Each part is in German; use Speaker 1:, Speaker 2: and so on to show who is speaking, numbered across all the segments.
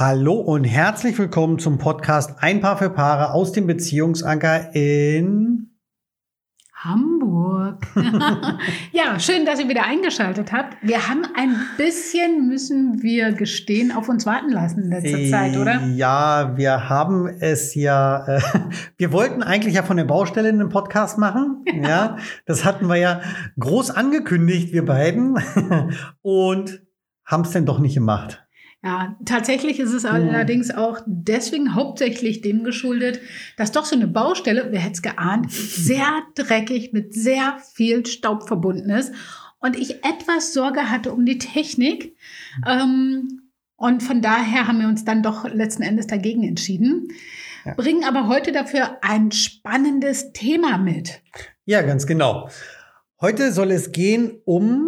Speaker 1: Hallo und herzlich willkommen zum Podcast Ein Paar für Paare aus dem Beziehungsanker in
Speaker 2: Hamburg. Ja, schön, dass ihr wieder eingeschaltet habt. Wir haben ein bisschen, müssen wir gestehen, auf uns warten lassen in letzter Zeit, oder?
Speaker 1: Ja, wir haben es ja, wir wollten eigentlich ja von der Baustelle einen Podcast machen. Ja, das hatten wir ja groß angekündigt, wir beiden, und haben es denn doch nicht gemacht.
Speaker 2: Ja, tatsächlich ist es allerdings auch deswegen hauptsächlich dem geschuldet, dass doch so eine Baustelle, wer hätte es geahnt, sehr dreckig mit sehr viel Staub verbunden ist und ich etwas Sorge hatte um die Technik. Und von daher haben wir uns dann doch letzten Endes dagegen entschieden. Ja. Bringen aber heute dafür ein spannendes Thema mit.
Speaker 1: Ja, ganz genau. Heute soll es gehen um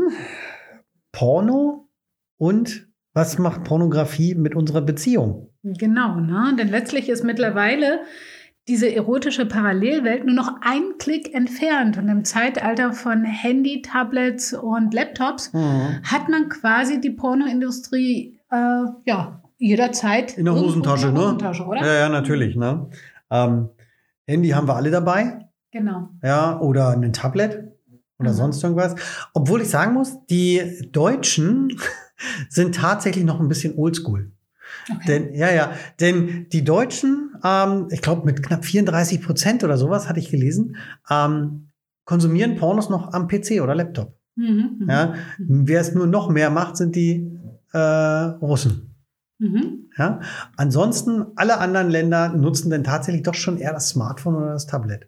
Speaker 1: Porno und was macht Pornografie mit unserer Beziehung?
Speaker 2: Genau, ne? Denn letztlich ist mittlerweile diese erotische Parallelwelt nur noch ein Klick entfernt. Und im Zeitalter von Handy, Tablets und Laptops hat man quasi die Pornoindustrie jederzeit
Speaker 1: in der Hosentasche,
Speaker 2: in der Hosentasche,
Speaker 1: ne?
Speaker 2: Oder?
Speaker 1: Ja, natürlich. Ne? Handy haben wir alle dabei.
Speaker 2: Genau.
Speaker 1: Ja, oder ein Tablet oder sonst irgendwas. Obwohl ich sagen muss, die Deutschen sind tatsächlich noch ein bisschen oldschool. Okay. Denn die Deutschen, ich glaube mit knapp 34% oder sowas, hatte ich gelesen, konsumieren Pornos noch am PC oder Laptop. Ja, wer es nur noch mehr macht, sind die Russen. Ja? Ansonsten, alle anderen Länder nutzen dann tatsächlich doch schon eher das Smartphone oder das Tablet.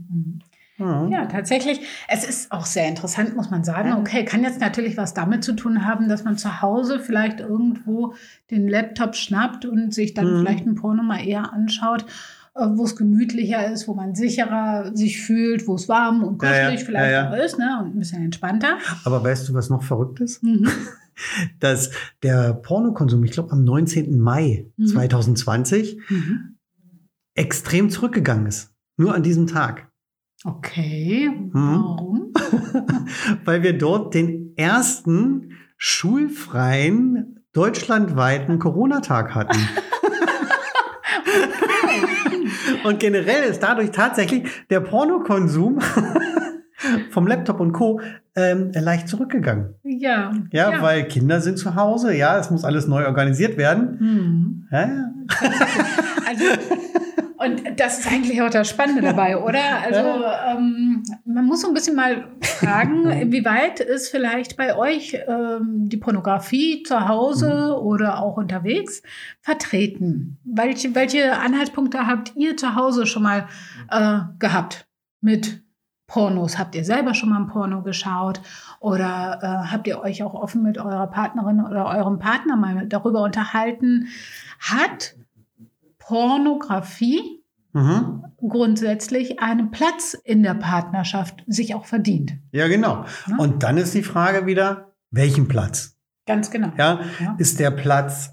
Speaker 2: Ja, tatsächlich. Es ist auch sehr interessant, muss man sagen. Okay, kann jetzt natürlich was damit zu tun haben, dass man zu Hause vielleicht irgendwo den Laptop schnappt und sich dann vielleicht ein Porno mal eher anschaut, wo es gemütlicher ist, wo man sicherer sich fühlt, wo es warm und kuschelig vielleicht auch ist, ne, und ein bisschen entspannter.
Speaker 1: Aber weißt du, was noch verrückt ist? Dass der Pornokonsum, ich glaube am 19. Mai 2020, extrem zurückgegangen ist. Nur an diesem Tag.
Speaker 2: Okay, warum?
Speaker 1: Weil wir dort den ersten schulfreien deutschlandweiten Corona-Tag hatten. Und generell ist dadurch tatsächlich der Pornokonsum vom Laptop und Co. leicht zurückgegangen.
Speaker 2: Ja,
Speaker 1: weil Kinder sind zu Hause, es muss alles neu organisiert werden. Ja.
Speaker 2: Also, und das ist eigentlich auch das Spannende dabei, oder? Also man muss so ein bisschen mal fragen, inwieweit ist vielleicht bei euch die Pornografie zu Hause oder auch unterwegs vertreten? Welche Anhaltspunkte habt ihr zu Hause schon mal gehabt mit Pornos? Habt ihr selber schon mal ein Porno geschaut? Oder habt ihr euch auch offen mit eurer Partnerin oder eurem Partner mal darüber unterhalten? Hat Pornografie grundsätzlich einen Platz in der Partnerschaft sich auch verdient? Ja,
Speaker 1: genau. Ja? Und dann ist die Frage wieder, welchen Platz?
Speaker 2: Ganz genau.
Speaker 1: Ja. Ist der Platz,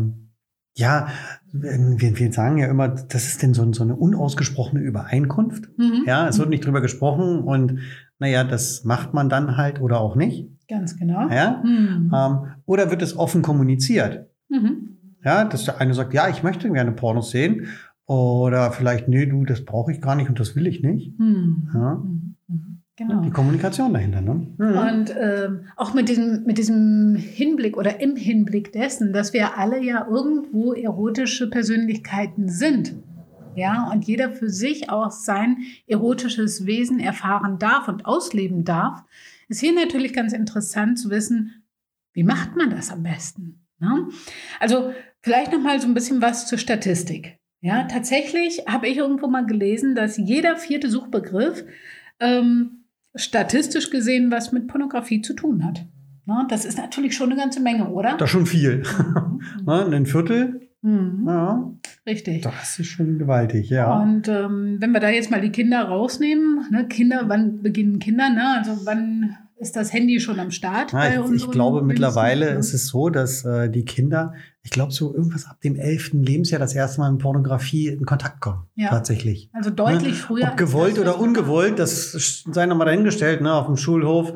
Speaker 1: wir sagen ja immer, das ist denn so eine unausgesprochene Übereinkunft. Ja, es wird nicht drüber gesprochen und das macht man dann halt oder auch nicht.
Speaker 2: Ganz genau.
Speaker 1: Ja? Oder wird es offen kommuniziert? Ja, dass der eine sagt, ich möchte gerne Pornos sehen. Oder vielleicht, nee, du, das brauche ich gar nicht und das will ich nicht. Ja.
Speaker 2: Genau.
Speaker 1: Die Kommunikation dahinter, ne?
Speaker 2: Und auch mit diesem Hinblick oder im Hinblick dessen, dass wir alle ja irgendwo erotische Persönlichkeiten sind. Ja, und jeder für sich auch sein erotisches Wesen erfahren darf und ausleben darf, ist hier natürlich ganz interessant zu wissen, wie macht man das am besten? Ne? Also vielleicht noch mal so ein bisschen was zur Statistik. Ja, tatsächlich habe ich irgendwo mal gelesen, dass jeder 4. Suchbegriff statistisch gesehen was mit Pornografie zu tun hat. Na, das ist natürlich schon eine ganze Menge, oder?
Speaker 1: Das ist schon viel. Ein Viertel. Ja.
Speaker 2: Richtig.
Speaker 1: Das ist schon gewaltig, ja.
Speaker 2: Und wenn wir da jetzt mal die Kinder rausnehmen, ne, wann beginnen Kinder? Ne? Also wann ist das Handy schon am Start?
Speaker 1: Ich glaube, mittlerweile ist es so, dass die Kinder, ich glaube, so irgendwas ab dem 11. Lebensjahr das erste Mal in Pornografie in Kontakt kommen. Ja. Tatsächlich.
Speaker 2: Also deutlich früher.
Speaker 1: Ob gewollt oder ungewollt, das sei nochmal dahingestellt, ne, auf dem Schulhof.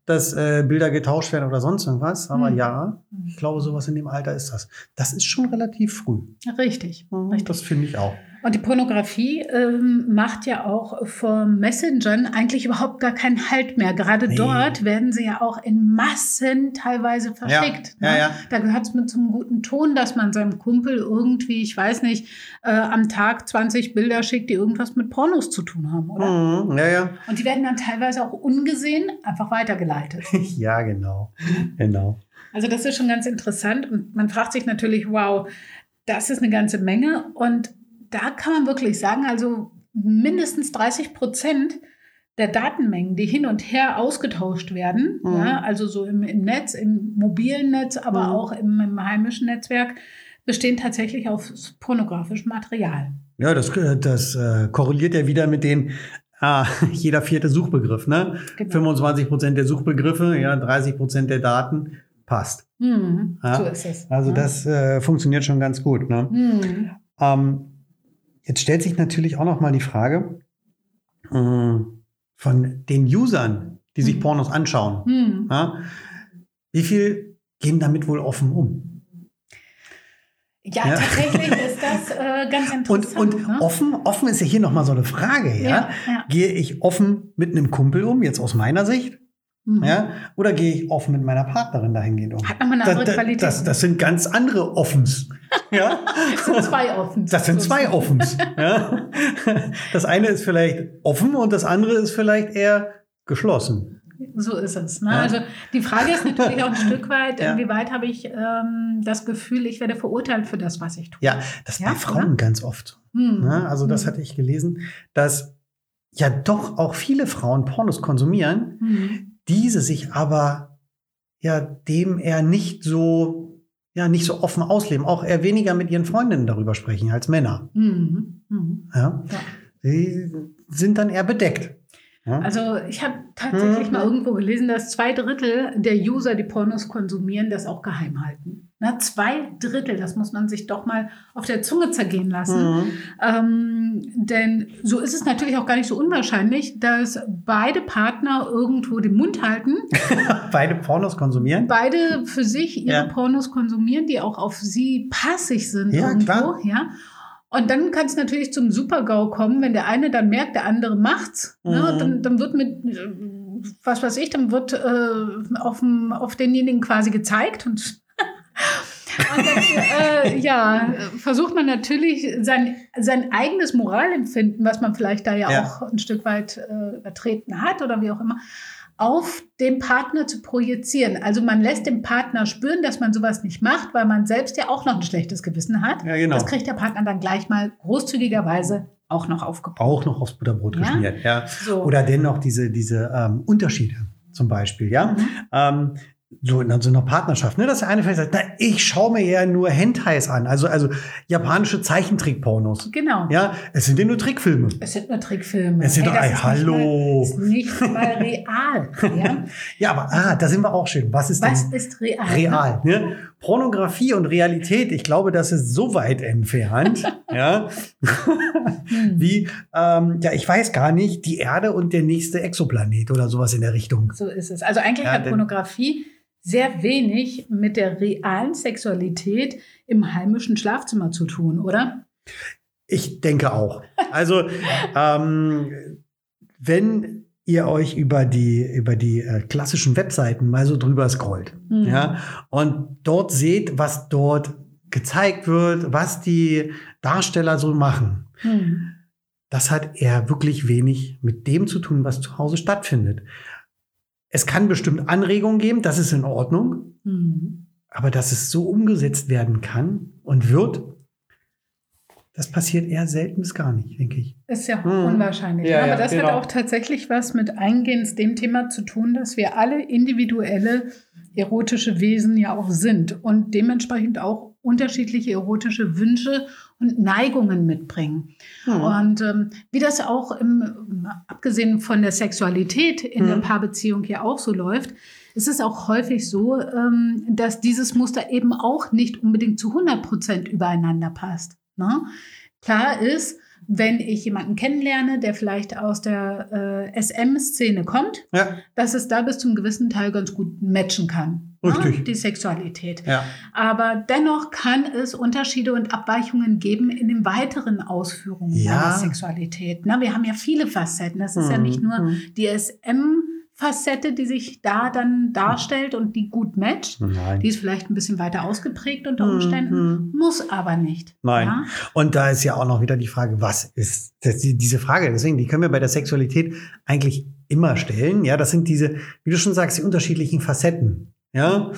Speaker 1: dass Bilder getauscht werden oder sonst irgendwas. Aber ja, ich glaube, sowas in dem Alter ist das. Das ist schon relativ früh.
Speaker 2: Richtig.
Speaker 1: Das finde ich auch.
Speaker 2: Und die Pornografie macht ja auch vor Messengern eigentlich überhaupt gar keinen Halt mehr. Gerade dort werden sie ja auch in Massen teilweise verschickt.
Speaker 1: Ja, ne?
Speaker 2: Da gehört es mit zum guten Ton, dass man seinem Kumpel irgendwie, ich weiß nicht, am Tag 20 Bilder schickt, die irgendwas mit Pornos zu tun haben, oder?
Speaker 1: Ja.
Speaker 2: Und die werden dann teilweise auch ungesehen einfach weitergeleitet.
Speaker 1: Ja, genau.
Speaker 2: Also das ist schon ganz interessant. Und man fragt sich natürlich, wow, das ist eine ganze Menge. Und da kann man wirklich sagen, also mindestens 30% der Datenmengen, die hin und her ausgetauscht werden, ja, also so im Netz, im mobilen Netz, aber auch im heimischen Netzwerk, bestehen tatsächlich aus pornografischem Material.
Speaker 1: Ja, das korreliert ja wieder mit den jeder 4. Suchbegriff, ne? Genau. 25% der Suchbegriffe, 30% der Daten, passt.
Speaker 2: So ist es.
Speaker 1: Also das funktioniert schon ganz gut, ne? Jetzt stellt sich natürlich auch noch mal die Frage von den Usern, die sich Pornos anschauen. Wie viel gehen damit wohl offen um?
Speaker 2: Ja, tatsächlich ist das ganz interessant.
Speaker 1: Und ne? offen ist ja hier noch mal so eine Frage. Ja? Gehe ich offen mit einem Kumpel um, jetzt aus meiner Sicht? Ja? Oder gehe ich offen mit meiner Partnerin dahingehend um?
Speaker 2: Hat nochmal eine andere Qualität.
Speaker 1: Das sind ganz andere Offens. Ja?
Speaker 2: Das sind 2 Offens.
Speaker 1: Das sind 2 Offens. Ja? Das eine ist vielleicht offen und das andere ist vielleicht eher geschlossen.
Speaker 2: So ist es. Ne? Ja. Also die Frage ist natürlich auch ein Stück weit, inwieweit habe ich das Gefühl, ich werde verurteilt für das, was ich tue.
Speaker 1: Ja, das bei Frauen ganz oft. Ne? Also das hatte ich gelesen, dass ja doch auch viele Frauen Pornos konsumieren, diese sich aber dem eher nicht so offen ausleben, auch eher weniger mit ihren Freundinnen darüber sprechen als Männer. Ja. Die sind dann eher bedeckt. Ja.
Speaker 2: Also ich habe tatsächlich mal irgendwo gelesen, dass 2/3 der User, die Pornos konsumieren, das auch geheim halten. 2/3, das muss man sich doch mal auf der Zunge zergehen lassen. Denn so ist es natürlich auch gar nicht so unwahrscheinlich, dass beide Partner irgendwo den Mund halten.
Speaker 1: Beide Pornos konsumieren?
Speaker 2: Beide für sich ihre Pornos konsumieren, die auch auf sie passig sind irgendwo. Klar. Ja. Und dann kann es natürlich zum Super-GAU kommen, wenn der eine dann merkt, der andere macht's. Ne? Dann wird dann wird auf denjenigen quasi gezeigt und dann versucht man natürlich sein eigenes Moralempfinden, was man vielleicht da auch ein Stück weit übertreten hat oder wie auch immer, auf den Partner zu projizieren. Also man lässt dem Partner spüren, dass man sowas nicht macht, weil man selbst ja auch noch ein schlechtes Gewissen hat. Ja, genau. Das kriegt der Partner dann gleich mal großzügigerweise auch noch aufgebaut.
Speaker 1: Auch noch aufs Butterbrot geschmiert, ja. So. Oder dennoch diese Unterschiede zum Beispiel, ja. So in so einer Partnerschaft, ne, dass der eine vielleicht sagt, ich schaue mir ja nur Hentais an, also japanische Zeichentrick-Pornos.
Speaker 2: Genau.
Speaker 1: Ja, es sind ja nur Trickfilme.
Speaker 2: Es sind nur Trickfilme.
Speaker 1: Es sind hallo.
Speaker 2: Ist nicht mal real. Ja,
Speaker 1: ja, aber da sind wir auch schön. Was ist
Speaker 2: real?
Speaker 1: Real. Ne? Pornografie und Realität, ich glaube, das ist so weit entfernt, ja, wie, ich weiß gar nicht, die Erde und der nächste Exoplanet oder sowas in der Richtung.
Speaker 2: So ist es. Also eigentlich hat Pornografie sehr wenig mit der realen Sexualität im heimischen Schlafzimmer zu tun, oder?
Speaker 1: Ich denke auch. Also, wenn ihr euch über die klassischen Webseiten mal so drüber scrollt, und dort seht, was dort gezeigt wird, was die Darsteller so machen, das hat eher wirklich wenig mit dem zu tun, was zu Hause stattfindet. Es kann bestimmt Anregungen geben, das ist in Ordnung, aber dass es so umgesetzt werden kann und wird, das passiert eher selten bis gar nicht, denke ich.
Speaker 2: Ist ja unwahrscheinlich. Ja, aber das hat auch tatsächlich was mit eingehend dem Thema zu tun, dass wir alle individuelle erotische Wesen ja auch sind und dementsprechend auch unterschiedliche erotische Wünsche und Neigungen mitbringen. Und wie das auch abgesehen von der Sexualität in der Paarbeziehung ja auch so läuft, ist es auch häufig so, dass dieses Muster eben auch nicht unbedingt zu 100% übereinander passt. Ne? Klar ist, wenn ich jemanden kennenlerne, der vielleicht aus der SM-Szene kommt, dass es da bis zum gewissen Teil ganz gut matchen kann.
Speaker 1: Richtig.
Speaker 2: Ne? Die Sexualität.
Speaker 1: Ja.
Speaker 2: Aber dennoch kann es Unterschiede und Abweichungen geben in den weiteren Ausführungen der Sexualität. Na, wir haben ja viele Facetten. Das ist ja nicht nur die SM-Facette, die sich da dann darstellt und die gut matcht.
Speaker 1: Nein.
Speaker 2: Die ist vielleicht ein bisschen weiter ausgeprägt unter Umständen, muss aber nicht.
Speaker 1: Nein.
Speaker 2: Ja?
Speaker 1: Und da ist ja auch noch wieder die Frage, was ist diese Frage? Deswegen, die können wir bei der Sexualität eigentlich immer stellen. Ja, das sind diese, wie du schon sagst, die unterschiedlichen Facetten. Ja,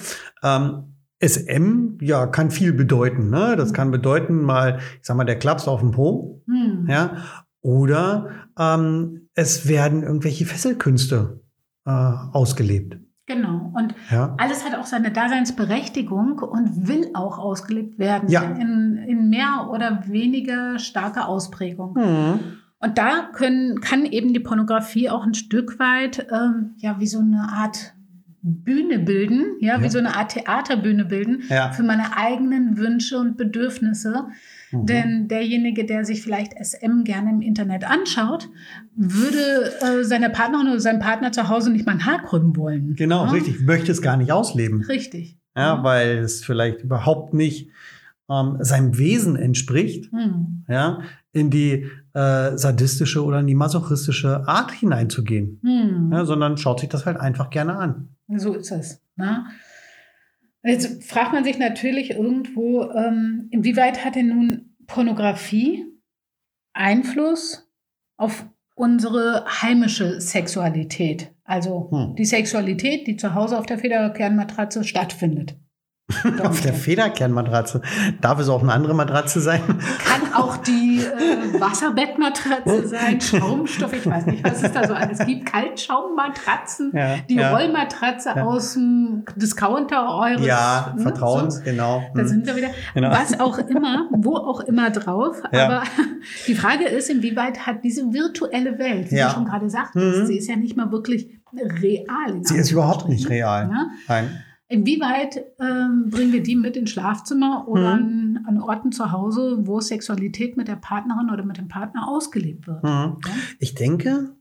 Speaker 1: SM, ja, kann viel bedeuten. Ne? Das kann bedeuten mal, ich sag mal, der Klaps auf dem Po. Ja, oder es werden irgendwelche Fesselkünste ausgelebt.
Speaker 2: Genau. Und alles hat auch seine Daseinsberechtigung und will auch ausgelebt werden in mehr oder weniger starker Ausprägung. Und da kann eben die Pornografie auch ein Stück weit wie so eine Art Bühne bilden, wie so eine Art Theaterbühne bilden für meine eigenen Wünsche und Bedürfnisse. Denn derjenige, der sich vielleicht SM gerne im Internet anschaut, würde seiner Partnerin oder seinem Partner zu Hause nicht mal ein Haar krümmen wollen.
Speaker 1: Genau, richtig. Möchte es gar nicht ausleben.
Speaker 2: Richtig.
Speaker 1: Ja, weil es vielleicht überhaupt nicht seinem Wesen entspricht, in die sadistische oder in die masochistische Art hineinzugehen. Sondern schaut sich das halt einfach gerne an.
Speaker 2: So ist es. Ne? Jetzt fragt man sich natürlich irgendwo, inwieweit hat denn nun Pornografie Einfluss auf unsere heimische Sexualität? Also die Sexualität, die zu Hause auf der Federkernmatratze stattfindet.
Speaker 1: Auf der Federkernmatratze. Darf es auch eine andere Matratze sein?
Speaker 2: Kann auch die Wasserbettmatratze sein, Schaumstoff, ich weiß nicht, was es da so alles gibt. Kaltschaummatratzen, die Rollmatratze aus dem Discounter eures
Speaker 1: Vertrauens,
Speaker 2: so.
Speaker 1: Genau.
Speaker 2: Da sind wir wieder. Genau. Was auch immer, wo auch immer drauf. Aber die Frage ist, inwieweit hat diese virtuelle Welt, wie du schon gerade sagtest, sie ist ja nicht mal wirklich real.
Speaker 1: Sie ist überhaupt nicht real.
Speaker 2: Ja?
Speaker 1: Nein.
Speaker 2: Inwieweit bringen wir die mit ins Schlafzimmer oder an Orten zu Hause, wo Sexualität mit der Partnerin oder mit dem Partner ausgelebt wird? Ja?
Speaker 1: Ich denke,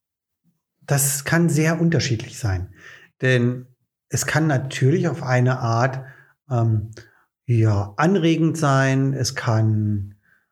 Speaker 1: das kann sehr unterschiedlich sein. Denn es kann natürlich auf eine Art anregend sein. Es kann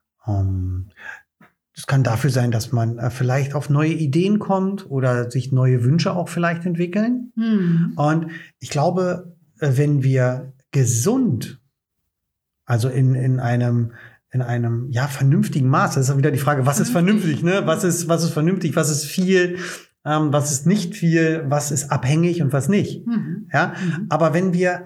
Speaker 1: dafür sein, dass man vielleicht auf neue Ideen kommt oder sich neue Wünsche auch vielleicht entwickeln. Und ich glaube, wenn wir gesund, also in einem vernünftigen Maß, das ist auch wieder die Frage, was ist vernünftig, ne? Was ist vernünftig, was ist viel, was ist nicht viel, was ist abhängig und was nicht. Ja? Aber wenn wir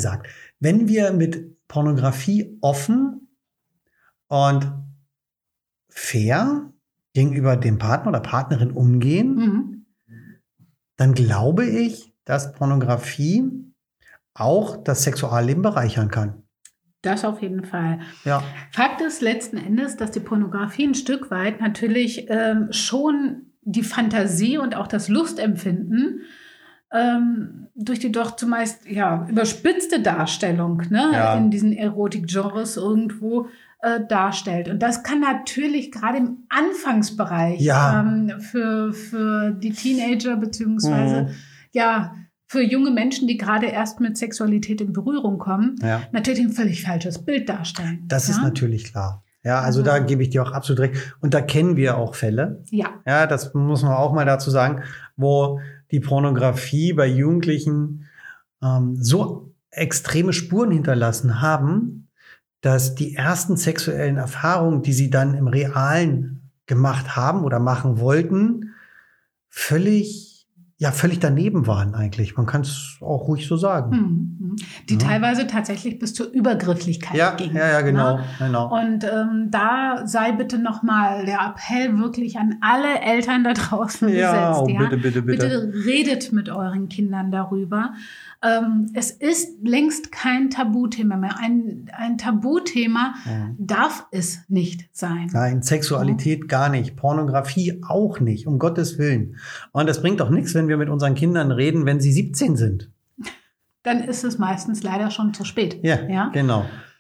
Speaker 1: mit Pornografie offen und fair gegenüber dem Partner oder Partnerin umgehen, dann glaube ich, dass Pornografie auch das Sexualleben bereichern kann.
Speaker 2: Das auf jeden Fall.
Speaker 1: Ja.
Speaker 2: Fakt ist letzten Endes, dass die Pornografie ein Stück weit natürlich schon die Fantasie und auch das Lustempfinden durch die doch zumeist überspitzte Darstellung in diesen Erotik-Genres irgendwo darstellt. Und das kann natürlich gerade im Anfangsbereich für die Teenager beziehungsweise für junge Menschen, die gerade erst mit Sexualität in Berührung kommen, natürlich ein völlig falsches Bild darstellen.
Speaker 1: Das ist natürlich klar. Ja, also da gebe ich dir auch absolut recht. Und da kennen wir auch Fälle. Ja, das muss man auch mal dazu sagen, wo die Pornografie bei Jugendlichen so extreme Spuren hinterlassen haben, dass die ersten sexuellen Erfahrungen, die sie dann im Realen gemacht haben oder machen wollten, völlig daneben waren eigentlich. Man kann es auch ruhig so sagen.
Speaker 2: Die teilweise tatsächlich bis zur Übergrifflichkeit gingen.
Speaker 1: Ja, genau.
Speaker 2: Und da sei bitte nochmal der Appell wirklich an alle Eltern da draußen gesetzt. Bitte redet mit euren Kindern darüber. Es ist längst kein Tabuthema mehr. Ein Tabuthema darf es nicht sein.
Speaker 1: Nein, Sexualität gar nicht. Pornografie auch nicht, um Gottes Willen. Und das bringt doch nichts, wenn wir mit unseren Kindern reden, wenn sie 17 sind.
Speaker 2: Dann ist es meistens leider schon zu spät.
Speaker 1: Ja, genau.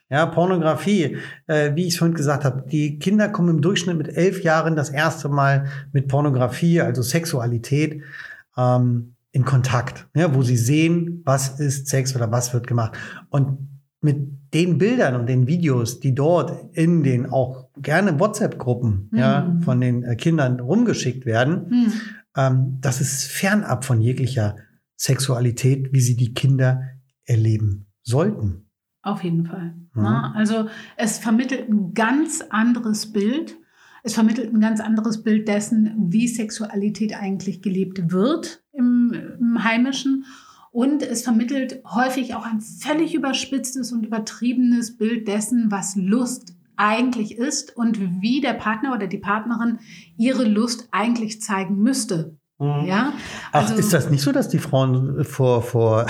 Speaker 1: Ja, Pornografie, wie ich es vorhin gesagt habe, die Kinder kommen im Durchschnitt mit 11 Jahren das erste Mal mit Pornografie, also Sexualität, in Kontakt, ja, wo sie sehen, was ist Sex oder was wird gemacht. Und mit den Bildern und den Videos, die dort in den auch gerne WhatsApp-Gruppen ja, von den Kindern rumgeschickt werden, das ist fernab von jeglicher Sexualität, wie sie die Kinder erleben sollten.
Speaker 2: Auf jeden Fall. Ja. Also es vermittelt ein ganz anderes Bild. Es vermittelt ein ganz anderes Bild dessen, wie Sexualität eigentlich gelebt wird im Heimischen. Und es vermittelt häufig auch ein völlig überspitztes und übertriebenes Bild dessen, was Lust eigentlich ist und wie der Partner oder die Partnerin ihre Lust eigentlich zeigen müsste. Ja, also,
Speaker 1: ach, ist das nicht so, dass die Frauen vor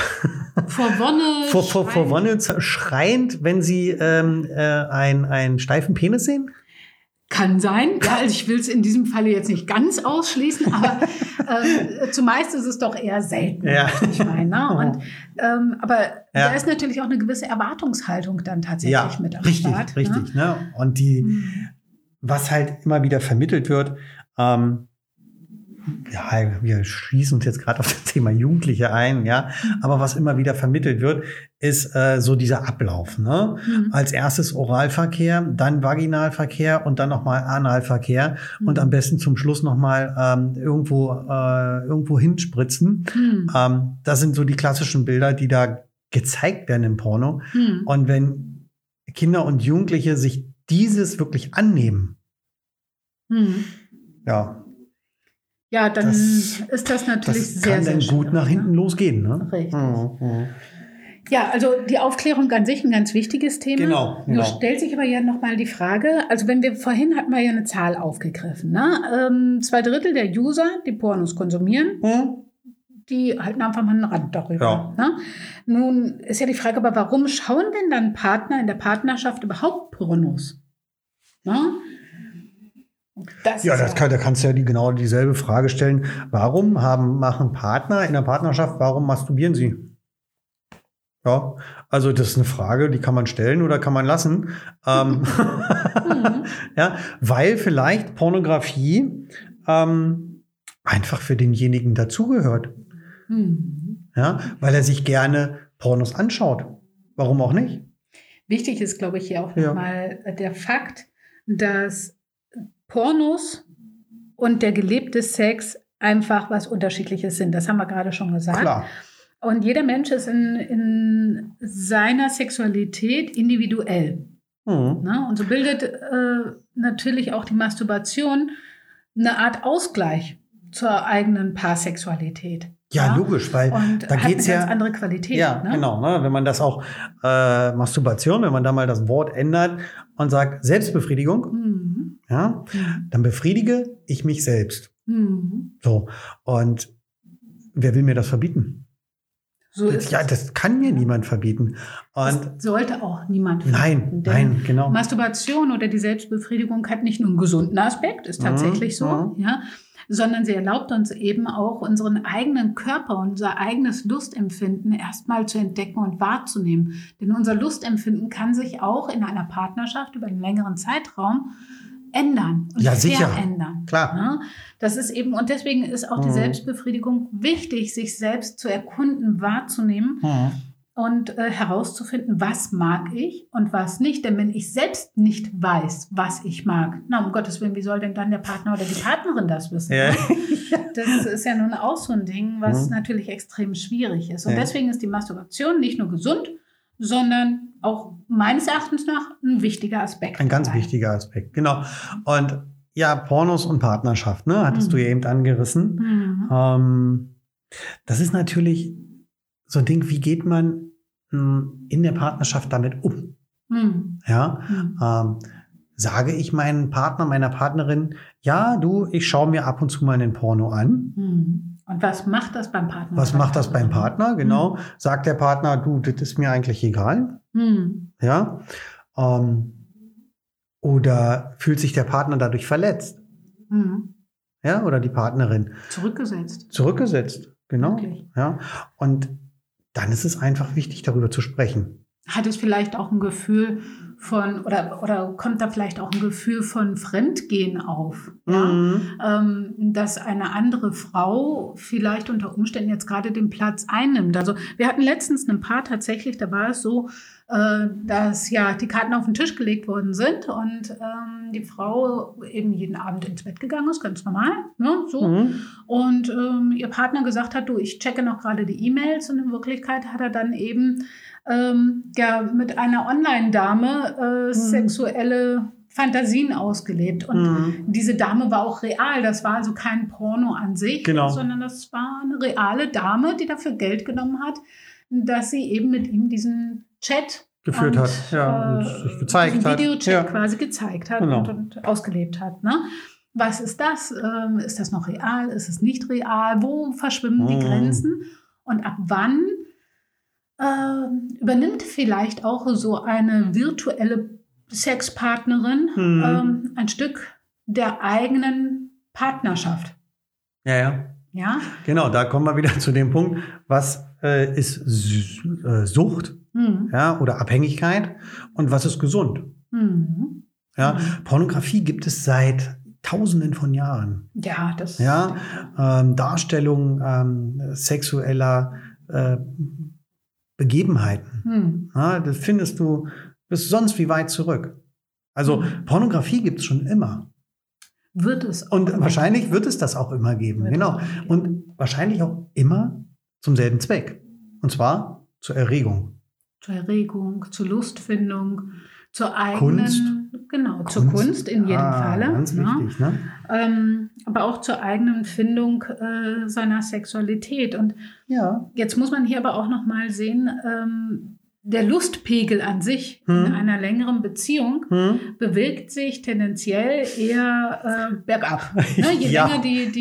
Speaker 1: Wonne schreiend, wenn sie einen steifen Penis sehen?
Speaker 2: Kann sein. Ja, also ich will es in diesem Falle jetzt nicht ganz ausschließen, aber zumeist ist es doch eher selten,
Speaker 1: ja.
Speaker 2: Ich meine. Ne? Und, aber da ist natürlich auch eine gewisse Erwartungshaltung dann tatsächlich mit am Start.
Speaker 1: Richtig, ne? Und die, was halt immer wieder vermittelt wird, ja, wir schließen uns jetzt gerade auf das Thema Jugendliche ein, ja. Aber was immer wieder vermittelt wird, ist so dieser Ablauf, ne? Als erstes Oralverkehr, dann Vaginalverkehr und dann nochmal Analverkehr und am besten zum Schluss nochmal irgendwo hinspritzen. Das sind so die klassischen Bilder, die da gezeigt werden im Porno. Und wenn Kinder und Jugendliche sich dieses wirklich annehmen,
Speaker 2: ja, dann ist das natürlich sehr, sehr
Speaker 1: kann dann gut nach hinten losgehen. Ne?
Speaker 2: Richtig. Ja, also die Aufklärung an sich ein ganz wichtiges Thema.
Speaker 1: Genau.
Speaker 2: Nur stellt sich aber ja nochmal die Frage, also vorhin hatten wir ja eine Zahl aufgegriffen. Ne? 2/3 der User, die Pornos konsumieren, die halten einfach mal einen Rand darüber. Ja. Ne? Nun ist ja die Frage, aber warum schauen denn dann Partner in der Partnerschaft überhaupt Pornos? Ne?
Speaker 1: Da kannst du ja genau dieselbe Frage stellen. Warum machen Partner in der Partnerschaft, warum masturbieren sie? Ja, also das ist eine Frage, die kann man stellen oder kann man lassen. Ja, weil vielleicht Pornografie einfach für denjenigen dazugehört. Ja, weil er sich gerne Pornos anschaut. Warum auch nicht?
Speaker 2: Wichtig ist, glaube ich, hier auch nochmal der Fakt, dass Pornos und der gelebte Sex einfach was Unterschiedliches sind. Das haben wir gerade schon gesagt.
Speaker 1: Klar.
Speaker 2: Und jeder Mensch ist in seiner Sexualität individuell. Na, und so bildet natürlich auch die Masturbation eine Art Ausgleich zur eigenen Paarsexualität.
Speaker 1: Ja, logisch, weil
Speaker 2: und
Speaker 1: da geht's
Speaker 2: eine ganz andere Qualität.
Speaker 1: Ja,
Speaker 2: ne?
Speaker 1: Genau. Ne? Wenn man das auch Masturbation, wenn man da mal das Wort ändert und sagt Selbstbefriedigung, dann befriedige ich mich selbst. So. Und wer will mir das verbieten?
Speaker 2: So ist
Speaker 1: das kann mir niemand verbieten. Und
Speaker 2: das sollte auch niemand verbieten.
Speaker 1: Nein, genau.
Speaker 2: Masturbation oder die Selbstbefriedigung hat nicht nur einen gesunden Aspekt, ist tatsächlich so, sondern sie erlaubt uns eben auch, unseren eigenen Körper, unser eigenes Lustempfinden erstmal zu entdecken und wahrzunehmen. Denn unser Lustempfinden kann sich auch in einer Partnerschaft über einen längeren Zeitraum ändern und verändern.
Speaker 1: Klar.
Speaker 2: Ja, das ist eben, und deswegen ist auch die Selbstbefriedigung wichtig, sich selbst zu erkunden, wahrzunehmen und herauszufinden, was mag ich und was nicht. Denn wenn ich selbst nicht weiß, was ich mag, na, um Gottes Willen, wie soll denn dann der Partner oder die Partnerin das wissen? Ja. Ne? Das ist ja nun auch so ein Ding, was natürlich extrem schwierig ist. Und deswegen ist die Masturbation nicht nur gesund, sondern auch meines Erachtens nach ein wichtiger Aspekt.
Speaker 1: Ein ganz wichtiger Aspekt, genau. Und ja, Pornos und Partnerschaft, ne, hattest du ja eben angerissen. Das ist natürlich so ein Ding, wie geht man in der Partnerschaft damit um? Sage ich meinem Partner, meiner Partnerin, ja, ich schaue mir ab und zu mal einen Porno an.
Speaker 2: Und was macht das beim Partner?
Speaker 1: Was macht das beim Partner? Genau. Sagt der Partner, das ist mir eigentlich egal. Ja. Oder fühlt sich der Partner dadurch verletzt? Ja, oder die Partnerin. Zurückgesetzt, genau.
Speaker 2: Okay.
Speaker 1: Ja. Und dann ist es einfach wichtig, darüber zu sprechen.
Speaker 2: hat es vielleicht auch ein Gefühl von, oder kommt da vielleicht auch ein Gefühl von Fremdgehen auf, dass eine andere Frau vielleicht unter Umständen jetzt gerade den Platz einnimmt. Also wir hatten letztens ein Paar tatsächlich, da war es so, dass ja die Karten auf den Tisch gelegt worden sind und die Frau eben jeden Abend ins Bett gegangen ist, ganz normal, ne, so. Und ihr Partner gesagt hat, du, ich checke noch gerade die E-Mails, und in Wirklichkeit hat er dann eben mit einer Online-Dame sexuelle Fantasien ausgelebt. Und diese Dame war auch real. Das war also kein Porno an sich, sondern das war eine reale Dame, die dafür Geld genommen hat, dass sie eben mit ihm diesen Chat
Speaker 1: geführt hat, und sich gezeigt hat.
Speaker 2: Videochat quasi gezeigt hat und ausgelebt hat. Ne? Was ist das? Ist das noch real? Ist es nicht real? Wo verschwimmen die Grenzen? Und ab wann übernimmt vielleicht auch so eine virtuelle Sexpartnerin ein Stück der eigenen Partnerschaft?
Speaker 1: Ja. Genau, da kommen wir wieder zu dem Punkt, was ist Sucht oder Abhängigkeit und was ist gesund? Ja, Pornografie gibt es seit Tausenden von Jahren.
Speaker 2: Ja, das.
Speaker 1: Ja, Darstellung sexueller Begebenheiten. Ja, das findest du bis sonst wie weit zurück. Also Pornografie gibt es schon immer.
Speaker 2: Wird es.
Speaker 1: Und wahrscheinlich wird es das auch immer geben. Genau. Und wahrscheinlich auch immer zum selben Zweck. Und zwar zur Erregung.
Speaker 2: Zur Erregung, zur Lustfindung, zur eigenen
Speaker 1: Kunst.
Speaker 2: Genau, zur Kunst in jedem Falle.
Speaker 1: Ganz wichtig, ne?
Speaker 2: Aber auch zur eigenen Findung seiner Sexualität. Und jetzt muss man hier aber auch noch mal sehen, der Lustpegel an sich in einer längeren Beziehung bewegt sich tendenziell eher bergab. Ne? Je länger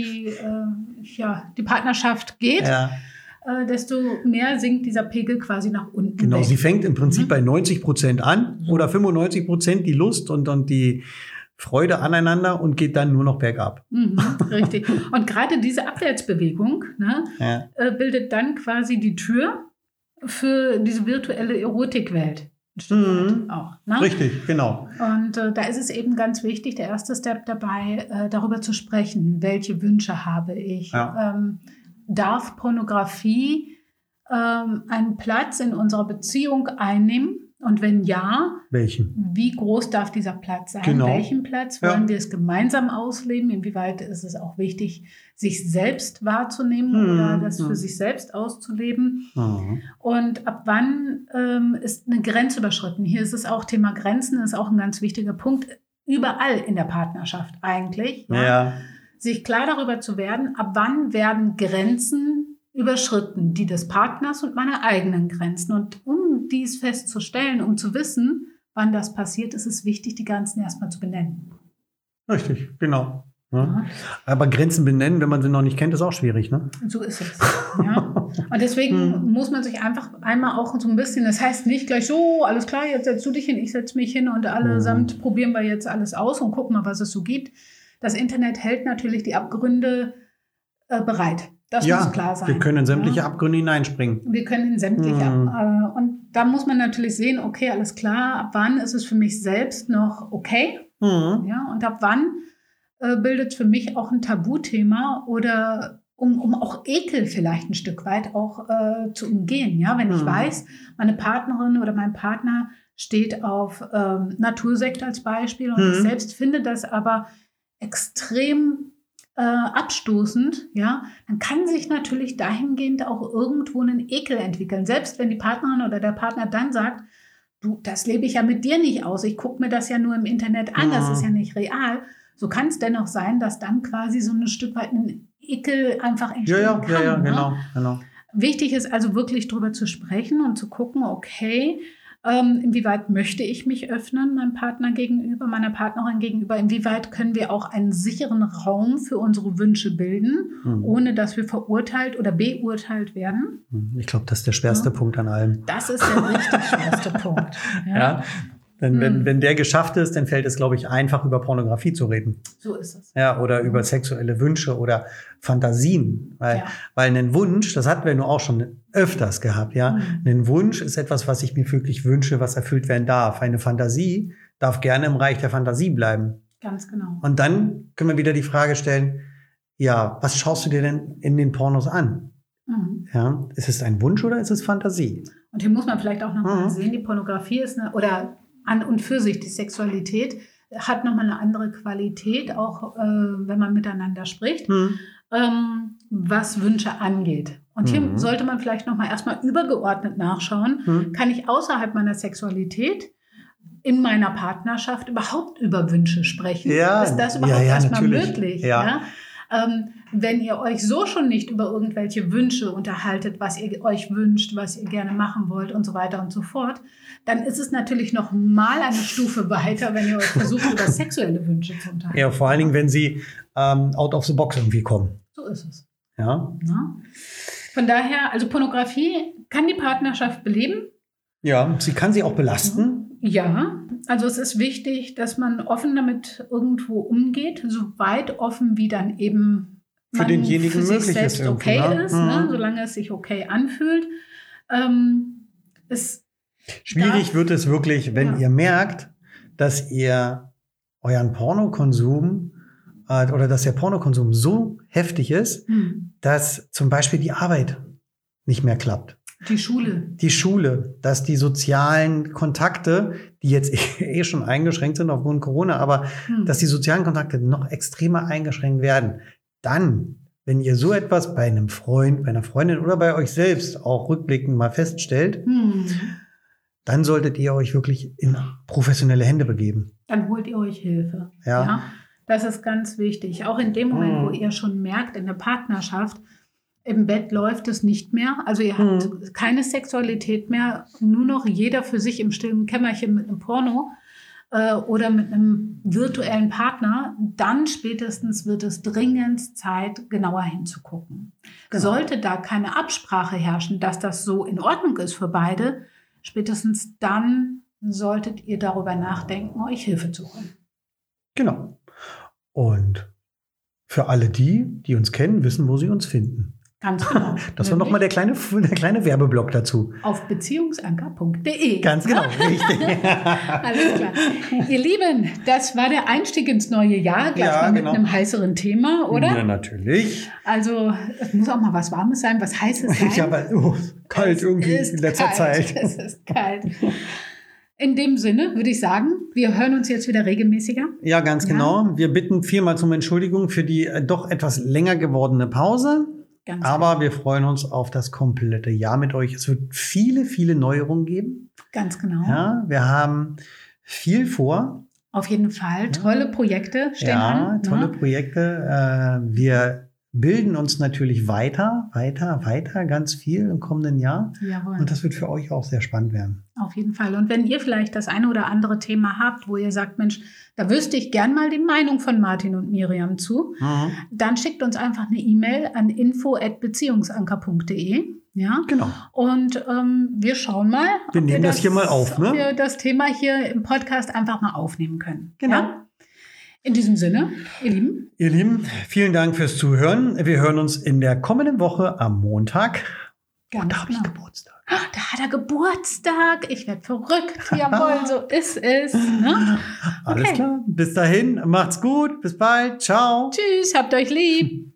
Speaker 2: die Partnerschaft geht, desto mehr sinkt dieser Pegel quasi nach unten.
Speaker 1: Genau,
Speaker 2: weg.
Speaker 1: Sie fängt im Prinzip bei 90% an oder 95% die Lust und dann die Freude aneinander und geht dann nur noch bergab.
Speaker 2: Richtig. Und gerade diese Abwärtsbewegung bildet dann quasi die Tür für diese virtuelle Erotikwelt. Ein Stück weit auch. Ne?
Speaker 1: Richtig, genau.
Speaker 2: Und da ist es eben ganz wichtig, der erste Step dabei, darüber zu sprechen, welche Wünsche habe ich. Darf Pornografie einen Platz in unserer Beziehung einnehmen? Und wenn ja,
Speaker 1: welchen?
Speaker 2: Wie groß darf dieser Platz sein?
Speaker 1: Genau.
Speaker 2: Welchen Platz wollen wir es gemeinsam ausleben? Inwieweit ist es auch wichtig, sich selbst wahrzunehmen oder das für sich selbst auszuleben? Und ab wann ist eine Grenze überschritten? Hier ist es auch Thema Grenzen, ist auch ein ganz wichtiger Punkt. Überall in der Partnerschaft eigentlich. Sich klar darüber zu werden, ab wann werden Grenzen überschritten, die des Partners und meine eigenen Grenzen. Und um dies festzustellen, um zu wissen, wann das passiert, ist es wichtig, die Grenzen erstmal zu benennen.
Speaker 1: Richtig, genau. Ja. Aber Grenzen benennen, wenn man sie noch nicht kennt, ist auch schwierig, ne?
Speaker 2: So ist es. Ja. Und deswegen muss man sich einfach einmal auch so ein bisschen, das heißt nicht gleich so, alles klar, jetzt setzt du dich hin, ich setze mich hin und allesamt probieren wir jetzt alles aus und gucken mal, was es so gibt. Das Internet hält natürlich die Abgründe bereit. Das muss klar sein.
Speaker 1: Wir können in sämtliche Abgründe hineinspringen.
Speaker 2: Wir können in sämtliche und da muss man natürlich sehen, okay, alles klar, ab wann ist es für mich selbst noch okay? Ja, und ab wann bildet für mich auch ein Tabuthema oder um auch Ekel vielleicht ein Stück weit auch zu umgehen. Ja, wenn ich weiß, meine Partnerin oder mein Partner steht auf Natursekt als Beispiel und ich selbst finde das aber extrem abstoßend, ja, dann kann sich natürlich dahingehend auch irgendwo ein Ekel entwickeln. Selbst wenn die Partnerin oder der Partner dann sagt, du, das lebe ich ja mit dir nicht aus, ich gucke mir das ja nur im Internet an, das ist ja nicht real. So kann es dennoch sein, dass dann quasi so ein Stück weit ein Ekel einfach entstehen kann.
Speaker 1: Ja,
Speaker 2: ne?
Speaker 1: genau.
Speaker 2: Wichtig ist also wirklich drüber zu sprechen und zu gucken, okay, inwieweit möchte ich mich öffnen, meinem Partner gegenüber, meiner Partnerin gegenüber? Inwieweit können wir auch einen sicheren Raum für unsere Wünsche bilden, ohne dass wir verurteilt oder beurteilt werden?
Speaker 1: Ich glaube, das ist der schwerste Punkt an allem.
Speaker 2: Das ist der richtig schwerste Punkt.
Speaker 1: Ja. Denn wenn der geschafft ist, dann fällt es, glaube ich, einfach, über Pornografie zu reden.
Speaker 2: So ist es.
Speaker 1: Ja, oder über sexuelle Wünsche oder Fantasien. Weil einen Wunsch, das hatten wir nur auch schon öfters gehabt, ja. Ein Wunsch ist etwas, was ich mir wirklich wünsche, was erfüllt werden darf. Eine Fantasie darf gerne im Reich der Fantasie bleiben.
Speaker 2: Ganz genau.
Speaker 1: Und dann können wir wieder die Frage stellen, ja, was schaust du dir denn in den Pornos an? Ja, ist es ein Wunsch oder ist es Fantasie?
Speaker 2: Und hier muss man vielleicht auch noch mal sehen, die Pornografie ist oder an und für sich die Sexualität hat nochmal eine andere Qualität, auch wenn man miteinander spricht, was Wünsche angeht. Und hier sollte man vielleicht nochmal erstmal übergeordnet nachschauen, kann ich außerhalb meiner Sexualität in meiner Partnerschaft überhaupt über Wünsche sprechen?
Speaker 1: Ja,
Speaker 2: ist das überhaupt erstmal möglich?
Speaker 1: Ja.
Speaker 2: Wenn ihr euch so schon nicht über irgendwelche Wünsche unterhaltet, was ihr euch wünscht, was ihr gerne machen wollt und so weiter und so fort, dann ist es natürlich noch mal eine Stufe weiter, wenn ihr euch versucht, über sexuelle Wünsche zu unterhalten.
Speaker 1: Ja, vor allen Dingen, wenn sie out of the box irgendwie kommen.
Speaker 2: So ist es.
Speaker 1: Ja.
Speaker 2: Von daher, also Pornografie kann die Partnerschaft beleben.
Speaker 1: Ja, sie kann sie auch belasten.
Speaker 2: Ja, also es ist wichtig, dass man offen damit irgendwo umgeht, so weit offen, wie dann eben
Speaker 1: für denjenigen
Speaker 2: für
Speaker 1: möglich
Speaker 2: sich selbst
Speaker 1: ist
Speaker 2: okay ist, ne? Solange es sich okay anfühlt.
Speaker 1: Schwierig wird es wirklich, wenn ihr merkt, dass ihr euren Pornokonsum oder dass der Pornokonsum so heftig ist, dass zum Beispiel die Arbeit nicht mehr klappt. Die Schule, dass die sozialen Kontakte, die jetzt schon eingeschränkt sind aufgrund Corona, aber dass die sozialen Kontakte noch extremer eingeschränkt werden. Dann, wenn ihr so etwas bei einem Freund, bei einer Freundin oder bei euch selbst auch rückblickend mal feststellt, dann solltet ihr euch wirklich in professionelle Hände begeben.
Speaker 2: Dann holt ihr euch Hilfe. Ja. Das ist ganz wichtig. Auch in dem Moment, wo ihr schon merkt, in der Partnerschaft, im Bett läuft es nicht mehr. Also ihr habt keine Sexualität mehr, nur noch jeder für sich im stillen Kämmerchen mit einem Porno oder mit einem virtuellen Partner. Dann spätestens wird es dringend Zeit, genauer hinzugucken. Genau. Sollte da keine Absprache herrschen, dass das so in Ordnung ist für beide, spätestens dann solltet ihr darüber nachdenken, euch Hilfe zu holen.
Speaker 1: Genau. Und für alle die uns kennen, wissen, wo sie uns finden.
Speaker 2: Ganz genau.
Speaker 1: Das war nochmal der kleine Werbeblock dazu.
Speaker 2: Auf beziehungsanker.de.
Speaker 1: Ganz genau, richtig.
Speaker 2: Alles klar. Ihr Lieben, das war der Einstieg ins neue Jahr. Gleich mal mit einem heißeren Thema, oder?
Speaker 1: Ja, natürlich.
Speaker 2: Also, es muss auch mal was Warmes sein, was Heißes sein.
Speaker 1: Ja, aber kalt irgendwie in letzter Zeit.
Speaker 2: Es ist kalt. In dem Sinne würde ich sagen, wir hören uns jetzt wieder regelmäßiger.
Speaker 1: Ja, ganz genau. Wir bitten vielmals um Entschuldigung für die doch etwas länger gewordene Pause. Aber wir freuen uns auf das komplette Jahr mit euch. Es wird viele, viele Neuerungen geben.
Speaker 2: Ganz genau.
Speaker 1: Ja, wir haben viel vor.
Speaker 2: Auf jeden Fall. Tolle Projekte stehen an.
Speaker 1: Ja, tolle Projekte. Wir bilden uns natürlich weiter, ganz viel im kommenden Jahr.
Speaker 2: Jawohl.
Speaker 1: Und das wird für euch auch sehr spannend werden.
Speaker 2: Auf jeden Fall. Und wenn ihr vielleicht das eine oder andere Thema habt, wo ihr sagt, Mensch, da wüsste ich gern mal die Meinung von Martin und Miriam zu, dann schickt uns einfach eine E-Mail an info@beziehungsanker.de. Ja,
Speaker 1: genau.
Speaker 2: Und wir schauen mal,
Speaker 1: ob wir das hier mal auf,
Speaker 2: ob wir das Thema hier im Podcast einfach mal aufnehmen können.
Speaker 1: Genau.
Speaker 2: Ja? In diesem Sinne, ihr Lieben.
Speaker 1: Ihr Lieben, vielen Dank fürs Zuhören. Wir hören uns in der kommenden Woche am Montag. Und da habe ich Geburtstag.
Speaker 2: Da hat er Geburtstag. Ich werde verrückt. Jawohl, so ist es. Ne?
Speaker 1: Alles klar. Bis dahin. Macht's gut. Bis bald. Ciao.
Speaker 2: Tschüss. Habt euch lieb.